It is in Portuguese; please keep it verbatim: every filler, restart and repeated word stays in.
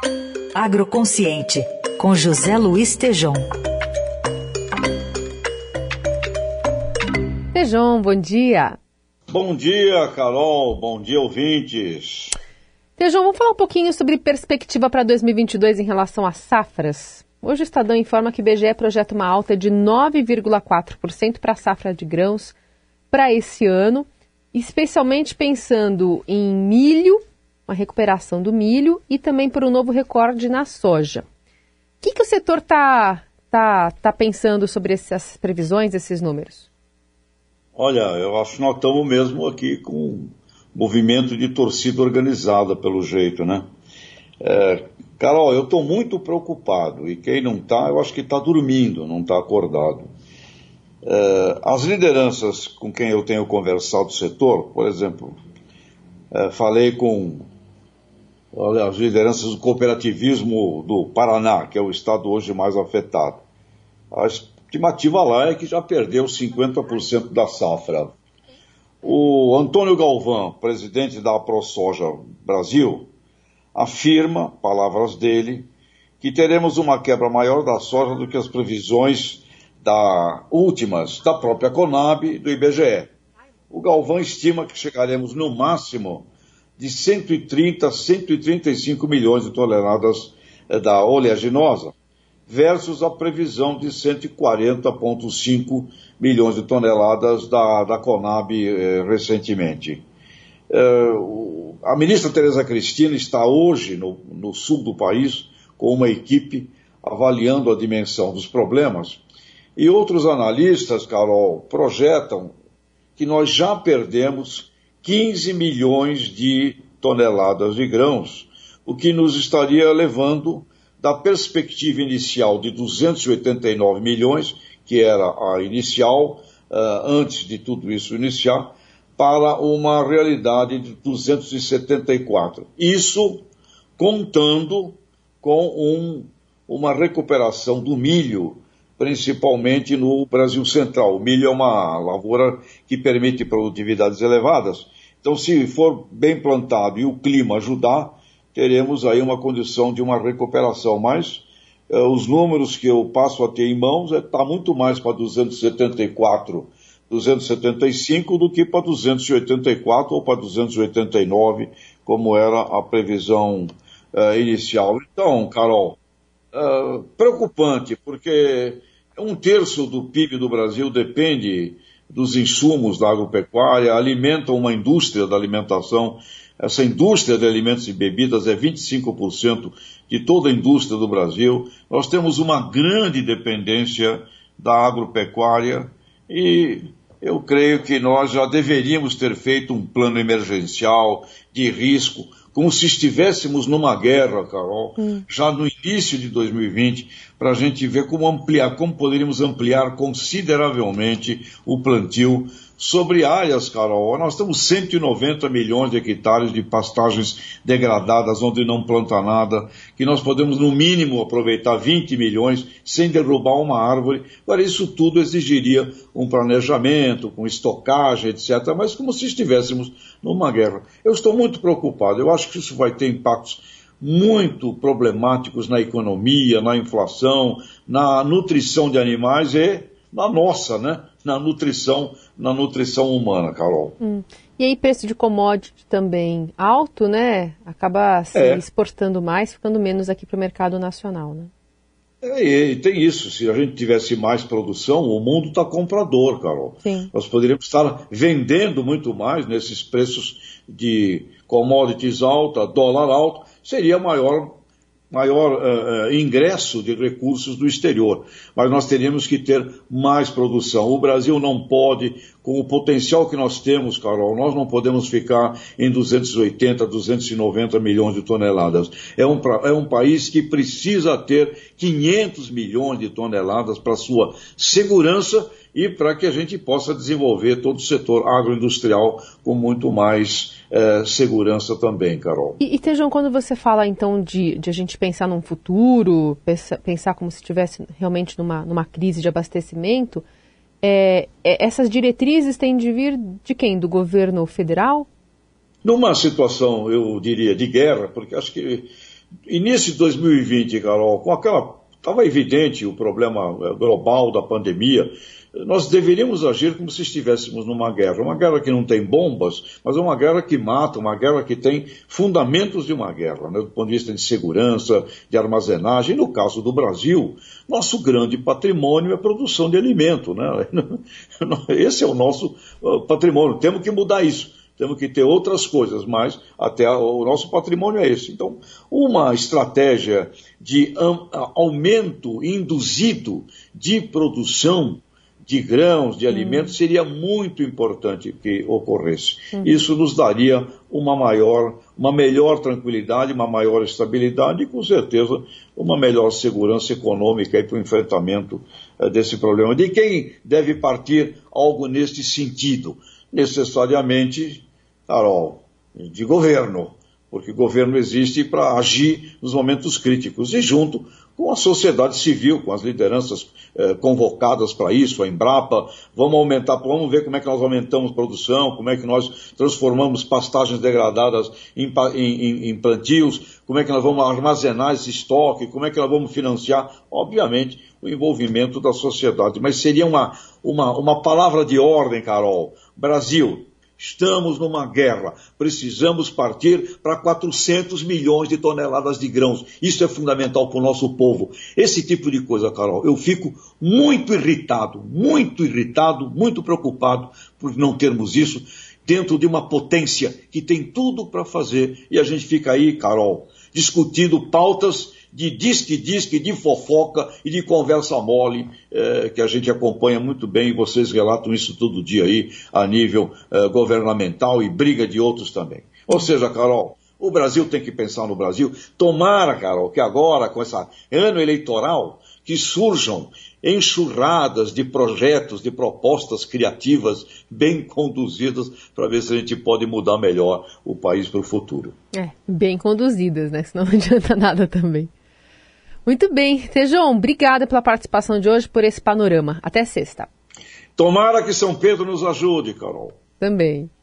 Agroconsciente, com José Luiz Tejom. Tejom, bom dia. Bom dia, Carol. Bom dia, ouvintes. Tejom, vamos falar um pouquinho sobre perspectiva para dois mil e vinte e dois em relação às safras. Hoje o Estadão informa que o I B G E projeta uma alta de nove vírgula quatro por cento para a safra de grãos para esse ano, especialmente pensando em milho, uma recuperação do milho e também por um novo recorde na soja. O que, que o setor está tá, tá pensando sobre essas previsões, esses números? Olha, eu acho que nós estamos mesmo aqui com um movimento de torcida organizada, pelo jeito, né? É, Carol, eu estou muito preocupado, e quem não está, eu acho que está dormindo, não está acordado. É, as lideranças com quem eu tenho conversado do setor, por exemplo, é, falei com olha, as lideranças do cooperativismo do Paraná, que é o estado hoje mais afetado. A estimativa lá é que já perdeu cinquenta por cento da safra. O Antônio Galvão, presidente da ProSoja Brasil, afirma, palavras dele, que teremos uma quebra maior da soja do que as previsões da, últimas da própria Conab e do I B G E. O Galvão estima que chegaremos no máximo de cento e trinta a cento e trinta e cinco milhões de toneladas da oleaginosa, versus a previsão de cento e quarenta vírgula cinco milhões de toneladas da, da Conab eh, recentemente. Eh, o, a ministra Tereza Cristina está hoje no, no sul do país com uma equipe avaliando a dimensão dos problemas, e outros analistas, Carol, projetam que nós já perdemos quinze milhões de toneladas de grãos, o que nos estaria levando da perspectiva inicial de duzentos e oitenta e nove milhões, que era a inicial, uh, antes de tudo isso iniciar, para uma realidade de duzentos e setenta e quatro. Isso contando com um, uma recuperação do milho, principalmente no Brasil Central. O milho é uma lavoura que permite produtividades elevadas. Então, se for bem plantado e o clima ajudar, teremos aí uma condição de uma recuperação. Mas eh, os números que eu passo a ter em mãos está é, muito mais para duzentos e setenta e quatro, duzentos e setenta e cinco do que para duzentos e oitenta e quatro ou para duzentos e oitenta e nove, como era a previsão eh, inicial. Então, Carol, eh, preocupante, porque um terço do P I B do Brasil depende dos insumos da agropecuária, alimenta uma indústria da alimentação. Essa indústria de alimentos e bebidas é vinte e cinco por cento de toda a indústria do Brasil. Nós temos uma grande dependência da agropecuária e eu creio que nós já deveríamos ter feito um plano emergencial de risco, como se estivéssemos numa guerra, Carol, hum. já no início de dois mil e vinte, para a gente ver como ampliar, como poderíamos ampliar consideravelmente o plantio sobre áreas, Carol. Nós temos cento e noventa milhões de hectares de pastagens degradadas, onde não planta nada, que nós podemos, no mínimo, aproveitar vinte milhões sem derrubar uma árvore. Agora, isso tudo exigiria um planejamento, com estocagem, etcétera, mas como se estivéssemos numa guerra. Eu estou muito preocupado. Eu acho que isso vai ter impactos muito problemáticos na economia, na inflação, na nutrição de animais e na nossa, né? Na nutrição, na nutrição humana, Carol. Hum. E aí preço de commodity também alto, né? Acaba se é. exportando mais, ficando menos aqui para o mercado nacional, né? É, e tem isso, se a gente tivesse mais produção, o mundo está comprador, Carol. Sim. Nós poderíamos estar vendendo muito mais nesses preços de commodities alta, dólar alto, seria maior, maior uh, uh, ingresso de recursos do exterior. Mas nós teríamos que ter mais produção. O Brasil não pode, com o potencial que nós temos, Carol, nós não podemos ficar em duzentos e oitenta, duzentos e noventa milhões de toneladas. É um, é um país que precisa ter quinhentos milhões de toneladas para sua segurança e para que a gente possa desenvolver todo o setor agroindustrial com muito mais é, segurança também, Carol. E, e Tejom, quando você fala então de, de a gente pensar num futuro, pensa, pensar como se estivesse realmente numa, numa crise de abastecimento, é, é, essas diretrizes têm de vir de quem? Do governo federal? Numa situação, eu diria, de guerra, porque acho que início de dois mil e vinte, Carol, com aquela... Estava evidente o problema global da pandemia. Nós deveríamos agir como se estivéssemos numa guerra. Uma guerra que não tem bombas, mas é uma guerra que mata, uma guerra que tem fundamentos de uma guerra, né, do ponto de vista de segurança, de armazenagem. No caso do Brasil, nosso grande patrimônio é a produção de alimento, né? Esse é o nosso patrimônio. Temos que mudar isso. Temos que ter outras coisas, mas até o nosso patrimônio é esse. Então, uma estratégia de aumento induzido de produção de grãos, de alimentos, seria muito importante que ocorresse. Uhum. Isso nos daria uma maior, uma melhor tranquilidade, uma maior estabilidade e, com certeza, uma melhor segurança econômica para o enfrentamento uh, desse problema. De quem deve partir algo neste sentido? Necessariamente, Carol, de governo, porque governo existe para agir nos momentos críticos e junto com a sociedade civil, com as lideranças eh, convocadas para isso, a Embrapa, vamos aumentar, vamos ver como é que nós aumentamos produção, como é que nós transformamos pastagens degradadas em, em, em plantios, como é que nós vamos armazenar esse estoque, como é que nós vamos financiar, obviamente, o envolvimento da sociedade. Mas seria uma, uma, uma palavra de ordem, Carol. Brasil, estamos numa guerra, precisamos partir para quatrocentos milhões de toneladas de grãos. Isso é fundamental para o nosso povo. Esse tipo de coisa, Carol, eu fico muito irritado, muito irritado, muito preocupado por não termos isso dentro de uma potência que tem tudo para fazer. E a gente fica aí, Carol, discutindo pautas de disque-disque, de fofoca e de conversa mole, eh, que a gente acompanha muito bem, e vocês relatam isso todo dia aí, a nível eh, governamental e briga de outros também. Ou seja, Carol, o Brasil tem que pensar no Brasil. Tomara, Carol, que agora, com esse ano eleitoral, que surjam enxurradas de projetos, de propostas criativas, bem conduzidas, para ver se a gente pode mudar melhor o país para o futuro. É, bem conduzidas, né? Senão não adianta nada também. Muito bem. Tejon, obrigada pela participação de hoje, por esse panorama. Até sexta. Tomara que São Pedro nos ajude, Carol. Também.